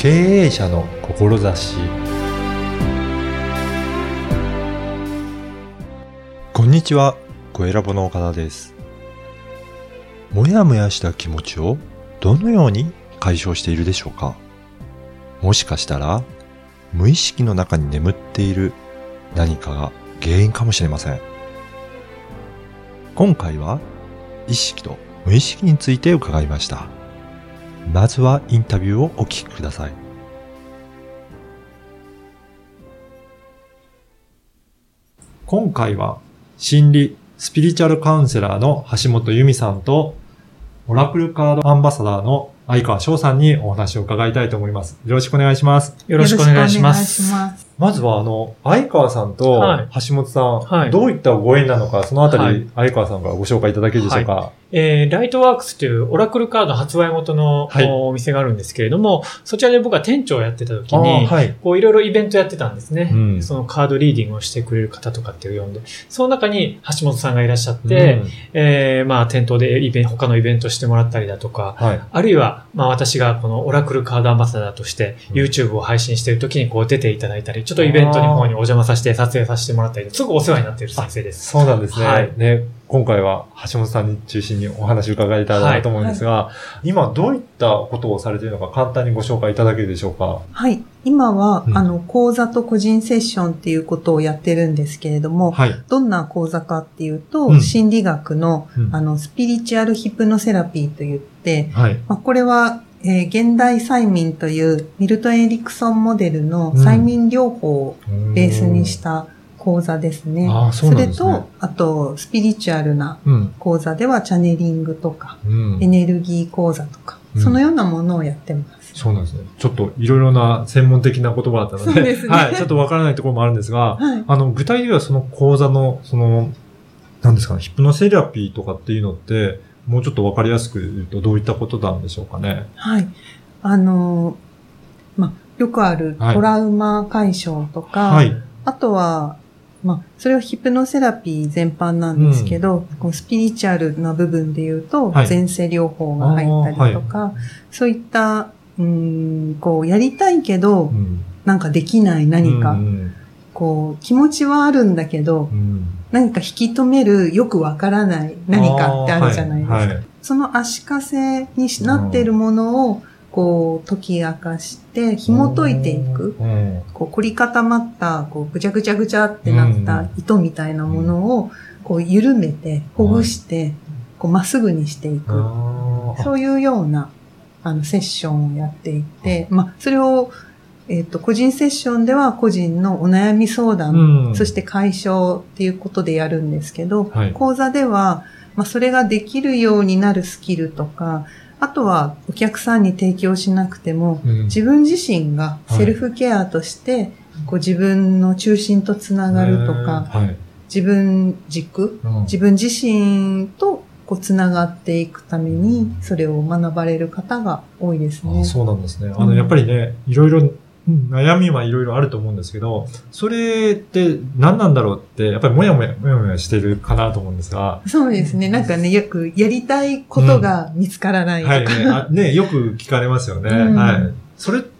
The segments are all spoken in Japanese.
経営者の志。こんにちは、声ラボの岡田です。もやもやした気持ちをどのように解消しているでしょうか。もしかしたら無意識の中に眠っている何かが原因かもしれません。今回は意識と無意識について伺いました。まずはインタビューをお聞きください。今回は心理スピリチュアルカウンセラーの橋本由美さんとオラクルカードアンバサダーの相川翔さんにお話を伺いたいと思います。よろしくお願いします。 よろしくお願いします。 まずは相川さんと橋本さん、どういったご縁なのか、そのあたり、相川さんからご紹介いただけるでしょうか。 ライトワークスというオラクルカード発売元のお店があるんですけれども、そちらで僕は店長をやってた時に、こういろいろイベントやってたんですね。そのカードリーディングをしてくれる方とかっていうのを呼んで、その中に橋本さんがいらっしゃって、店頭で他のイベントしてもらったりだとか、あるいは、私がこのオラクルカードアンバサダーとして YouTube を配信している時にこう出ていただいたり、ちょっとイベントの方にお邪魔させて撮影させてもらったり、すごくお世話になっている先生です。 そうなんですね。今回は橋本さんに中心にお話を伺いたいなと思うんですが、今どういったことをされているのか簡単にご紹介いただけるでしょうか。 はい。今は、講座と個人セッションっていうことをやってるんですけれども、どんな講座かっていうと、心理学の、スピリチュアルヒプノセラピーといって、これは、現代催眠というミルトン・エリクソンモデルの催眠療法をベースにした講座ですね。それと、あと、スピリチュアルな講座ではチャネリングとか、エネルギー講座とか、そのようなものをやってます。 そうなんですね。ちょっといろいろな専門的な言葉だったので、ちょっとわからないところもあるんですが、具体的にはその講座の、何ですかね、ヒプノセラピーとかっていうのって、もうちょっとわかりやすく言うとどういったことなんでしょうかね。 はい。よくあるトラウマ解消とか、あとは、それはヒプノセラピー全般なんですけど、スピリチュアルな部分で言うと、前世療法が入ったりとか、そういった、やりたいけど、なんかできない何か、気持ちはあるんだけど、何か引き止めるよくわからない何かってあるじゃないですか。その足かせになっているものを、解き明かして、紐解いていく。凝り固まった、ぐちゃぐちゃぐちゃってなった糸みたいなものを、緩めて、ほぐして、まっすぐにしていく。そういうような、セッションをやっていて、それを、個人セッションでは個人のお悩み相談、そして解消っていうことでやるんですけど、講座では、それができるようになるスキルとか、あとはお客さんに提供しなくても、自分自身がセルフケアとして、自分の中心とつながるとか、自分軸、自分自身とつながっていくために、それを学ばれる方が多いですね。 そうなんですね。やっぱりね、いろいろ悩みはいろいろあると思うんですけど、それって何なんだろうって、やっぱりもやもやしてるかなと思うんですが。 そうですね。なんかね、よくやりたいことが見つからないとか。 よく聞かれますよね。それって、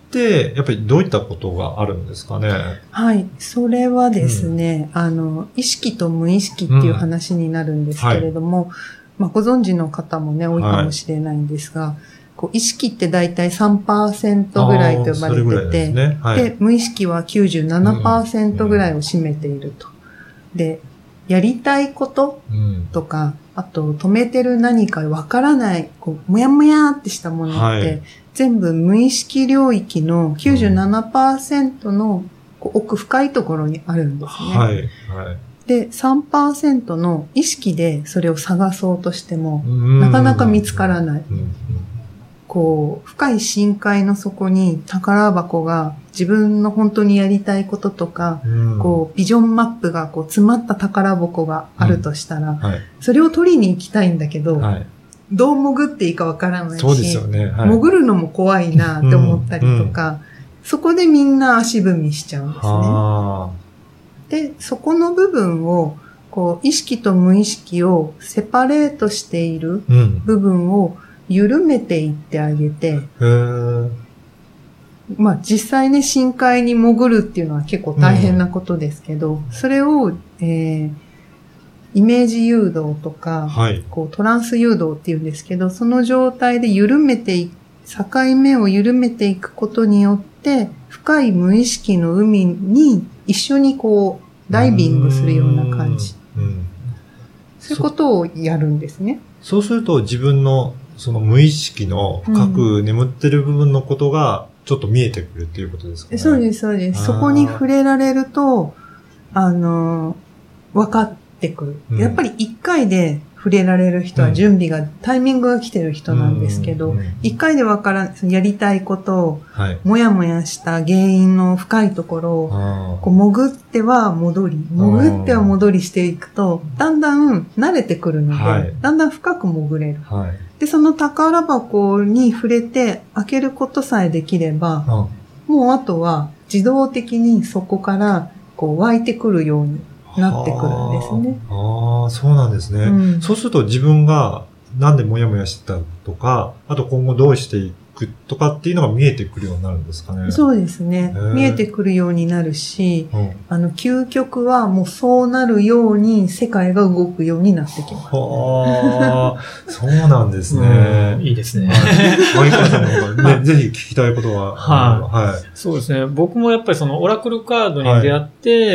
やっぱりどういったことがあるんですかね。 はい。それはですね、意識と無意識っていう話になるんですけれども、ご存知の方もね、多いかもしれないんですが、意識ってだいたい 3% ぐらいと呼ばれてて、で、無意識は 97% ぐらいを占めていると。で、やりたいこととか、あと止めてる何かわからない、もやもやってしたものって、全部無意識領域の 97% の奥深いところにあるんですね。で、3% の意識でそれを探そうとしても、なかなか見つからない。深い深海の底に宝箱が自分の本当にやりたいこととか、ビジョンマップが詰まった宝箱があるとしたら、それを取りに行きたいんだけど、どう潜っていいかわからないし、潜るのも怖いなって思ったりとか、そこでみんな足踏みしちゃうんですね。で、そこの部分を、意識と無意識をセパレートしている部分を緩めていってあげて、 まあ実際ね、深海に潜るっていうのは結構大変なことですけど、それを、イメージ誘導とか、こうトランス誘導っていうんですけど、その状態で境目を緩めていくことによって、深い無意識の海に一緒にこう、ダイビングするような感じ。そういうことをやるんですね。 そうすると自分のその無意識の深く眠ってる部分のことがちょっと見えてくるっていうことですかね。 そうです、そうです。そこに触れられると、分かってくる。やっぱり一回で触れられる人は準備が、タイミングが来てる人なんですけど、一回でやりたいことを、もやもやした原因の深いところを、こう潜っては戻りしていくと、だんだん慣れてくるので、だんだん深く潜れる。で、その宝箱に触れて開けることさえできれば、もうあとは自動的にそこからこう湧いてくるようになってくるんですね。 ああ、そうなんですね。そうすると自分がなんでモヤモヤしてたとか、あと今後どうしていくとかっていうのが見えてくるようになるんですかね。 そうですね。見えてくるようになるし、究極はもうそうなるように世界が動くようになってきます。 ああ、そうなんですね。 いいですね。 マイカさんの方が、ぜひ聞きたいことは、 そうですね。僕もやっぱりそのオラクルカードに出会って、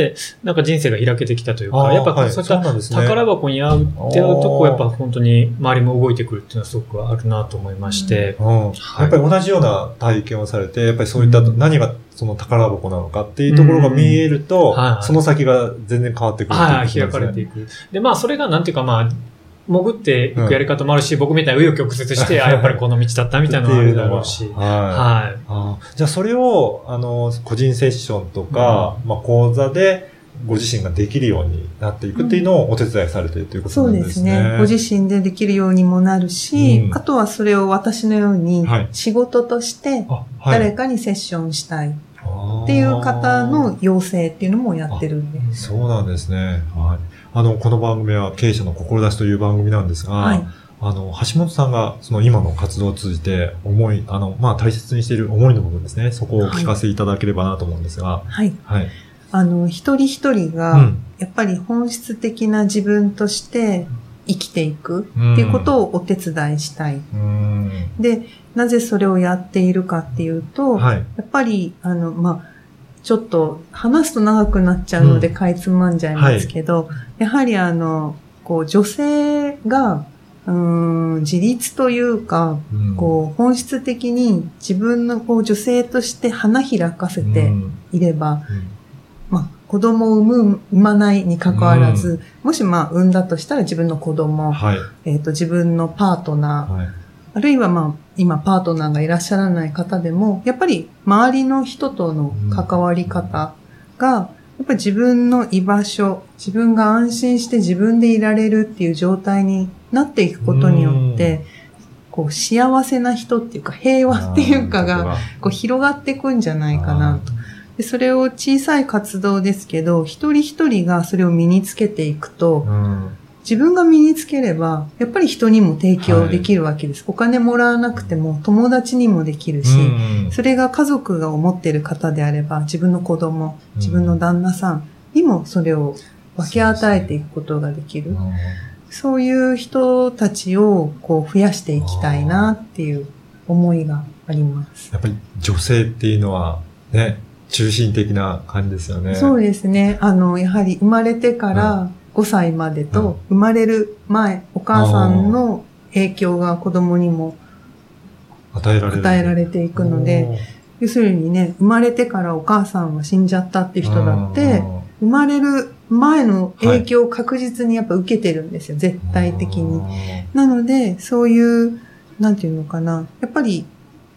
なんか人生が開けてきたというか、やっぱそういった宝箱に会うっていうとこ、やっぱ本当に周りも動いてくるっていうのはすごくあるなと思いまして。 やっぱり同じような体験をされて、やっぱりそういった何がその宝箱なのかっていうところが見えると、その先が全然変わってくるっていうことですね。 開かれていく。で、まあそれがなんていうかまあ、潜っていくやり方もあるし、僕みたいに紆余曲折して、やっぱりこの道だったみたいなのもあるだろうし。じゃあそれを、個人セッションとか、講座で、ご自身ができるようになっていくっていうのをお手伝いされているということなんですね。 そうですね。ご自身でできるようにもなるし、あとはそれを私のように仕事として誰かにセッションしたいっていう方の養成っていうのもやってるんで。 そうなんですね。この番組は経営者の志という番組なんですが、橋本さんがその今の活動を通じて大切にしている思いの部分ですね。そこをお聞かせいただければなと思うんですが。 一人一人が、やっぱり本質的な自分として生きていくっていうことをお手伝いしたい。で、なぜそれをやっているかっていうと、やっぱり、ちょっと話すと長くなっちゃうのでかいつまんじゃいますけど、やはり女性が、自立というか、本質的に自分の女性として花開かせていれば、子供を産まないに関わらず、もし産んだとしたら自分の子供、自分のパートナー、あるいは今パートナーがいらっしゃらない方でも、やっぱり周りの人との関わり方が、やっぱり自分の居場所、自分が安心して自分でいられるっていう状態になっていくことによって、幸せな人っていうか平和っていうかが広がっていくんじゃないかなと。でそれを小さい活動ですけど、一人一人がそれを身につけていくと、自分が身につければ、やっぱり人にも提供できるわけです。お金もらわなくても友達にもできるし、それが家族が思っている方であれば、自分の子供、自分の旦那さんにもそれを分け与えていくことができる。そういう人たちを増やしていきたいなっていう思いがあります。 やっぱり女性っていうのはね、中心的な感じですよね。 そうですね。やはり生まれてから5歳までと、生まれる前、お母さんの影響が子供にも与えられていくので、要するにね、生まれてからお母さんは死んじゃったっていう人だって、生まれる前の影響を確実にやっぱ受けてるんですよ、絶対的に。なので、そういう、なんていうのかな、やっぱり、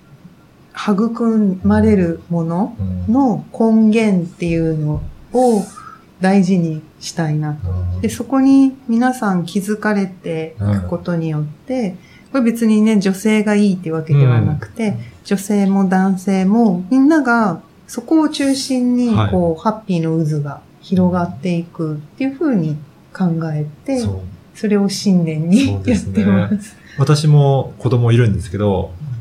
育まれるものの根源っていうのを大事にしたいなと。で、そこに皆さん気づかれていくことによって、これ別にね、女性がいいっていうわけではなくて、女性も男性もみんながそこを中心にハッピーの渦が広がっていくっていうふうに考えて、それを信念にやってます。 私も子供いるんですけど、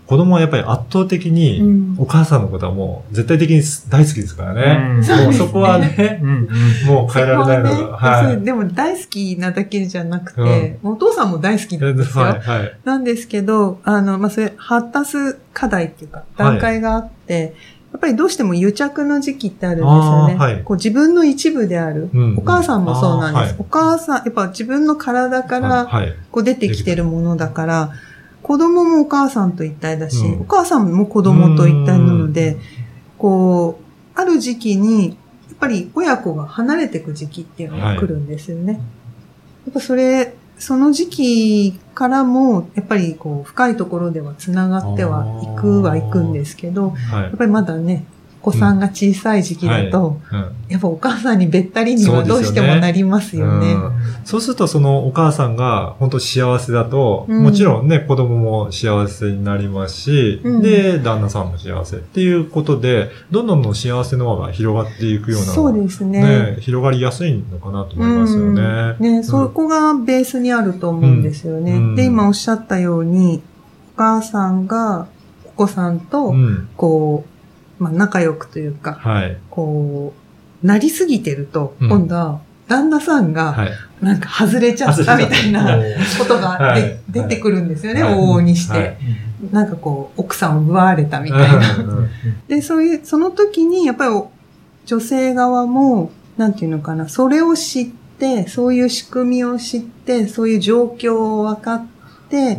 子供はやっぱり圧倒的に、お母さんのことはもう絶対的に大好きですからね。もうそこはね、もう変えられないのが。 はい。でも大好きなだけじゃなくて、お父さんも大好きなんですよ。はい。なんですけど、それ、発達課題っていうか、段階があって、やっぱりどうしても癒着の時期ってあるんですよね。はい、こう自分の一部である。お母さんもそうなんです。お母さん、やっぱ自分の体からこう出てきてるものだから、子供もお母さんと一体だし、お母さんも子供と一体なので、こう、ある時期に、やっぱり親子が離れていく時期っていうのが来るんですよね。やっぱその時期からも、やっぱりこう、深いところでは繋がってはいくんですけど、やっぱりまだね、お子さんが小さい時期だと、やっぱお母さんにべったりにはどうしてもなりますよね。 そうするとそのお母さんが本当幸せだと、もちろんね、子供も幸せになりますし、で、旦那さんも幸せっていうことで、どんどん幸せの輪が広がっていくような。 そうですね。 広がりやすいのかなと思いますよね。 ね、そこがベースにあると思うんですよね。で、今おっしゃったように、お母さんがお子さんと、こう、仲良くというか、こう、なりすぎてると、今度は、旦那さんが、なんか外れちゃったみたいなことが出てくるんですよね、往々にして。なんかこう、奥さんを奪われたみたいな。で、その時に、やっぱり女性側も、なんていうのかな、それを知って、そういう仕組みを知って、そういう状況を分かって、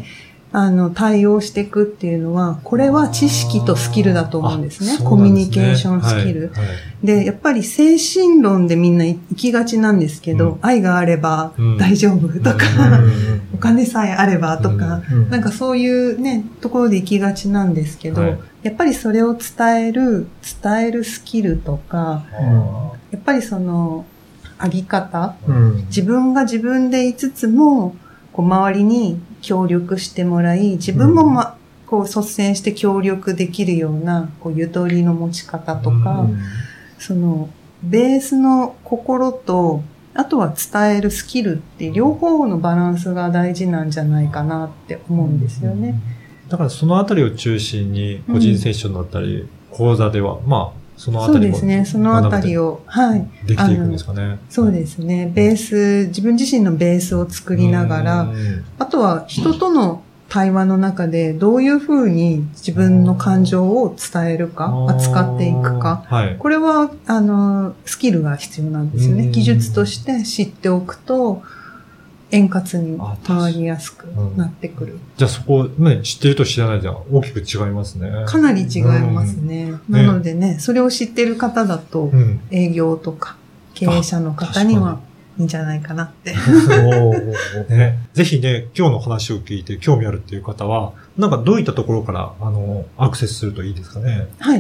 対応していくっていうのは、これは知識とスキルだと思うんですね。コミュニケーションスキル。で、やっぱり精神論でみんな行きがちなんですけど、愛があれば大丈夫とか、お金さえあればとか、なんかそういうね、ところで行きがちなんですけど、やっぱりそれを伝えるスキルとか、やっぱりその、あり方、自分が自分でいつつも、こう周りに協力してもらい、自分もこう率先して協力できるような、こうゆとりの持ち方とか、そのベースの心と、あとは伝えるスキルって両方のバランスが大事なんじゃないかなって思うんですよね。 だからそのあたりを中心に個人セッションだったり、講座では、そのあたりも。 そうですね。そのあたりを、 できていくんですかね。 そうですね。自分自身のベースを作りながら、あとは人との対話の中でどういうふうに自分の感情を伝えるか、扱っていくか。これは、スキルが必要なんですよね。技術として知っておくと、円滑に回りやすくなってくる。 じゃあそこね、知ってると知らないじゃ大きく違いますね。 かなり違いますね。なのでね、それを知ってる方だと、営業とか経営者の方にはいいんじゃないかなって。 ぜひね、今日の話を聞いて興味あるっていう方は、なんかどういったところから、アクセスするといいですかね。 はい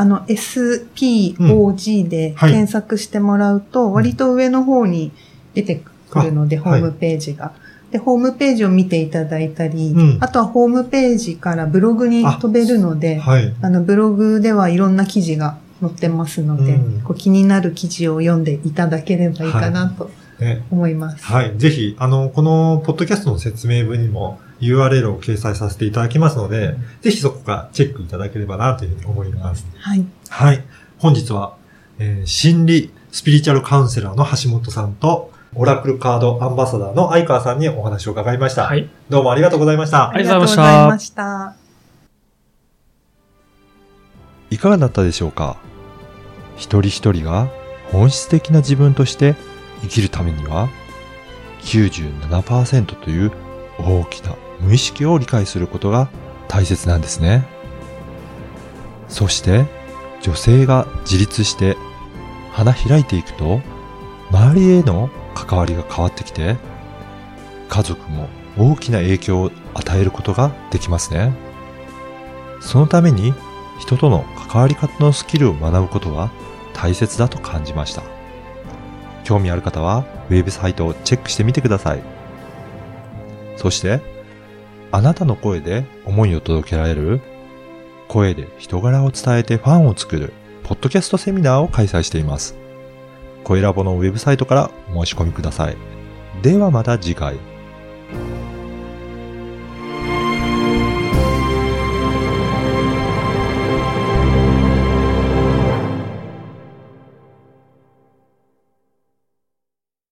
。SPOG で検索してもらうと、割と上の方に出てくるので、ホームページが。で、ホームページを見ていただいたり、あとはホームページからブログに飛べるので、ブログではいろんな記事が載ってますので、こう気になる記事を読んでいただければいいかなと思います。 ぜひ、このポッドキャストの説明文にも URL を掲載させていただきますので、ぜひそこからチェックいただければなというふうに思います。本日は、心理スピリチュアルカウンセラーの橋本さんと、オラクルカードアンバサダーの相川さんにお話を伺いました。どうもありがとうございました。 ありがとうございました。 いかがだったでしょうか？一人一人が本質的な自分として生きるためには 97% という大きな無意識を理解することが大切なんですね。そして女性が自立して花開いていくと周りへの関わりが変わってきて家族も大きな影響を与えることができますね。そのために人との関わり方のスキルを学ぶことは大切だと感じました。興味ある方はウェブサイトをチェックしてみてください。そしてあなたの声で思いを届けられる声で人柄を伝えてファンを作るポッドキャストセミナーを開催しています。声ラボのウェブサイトからお申し込みください。ではまた次回。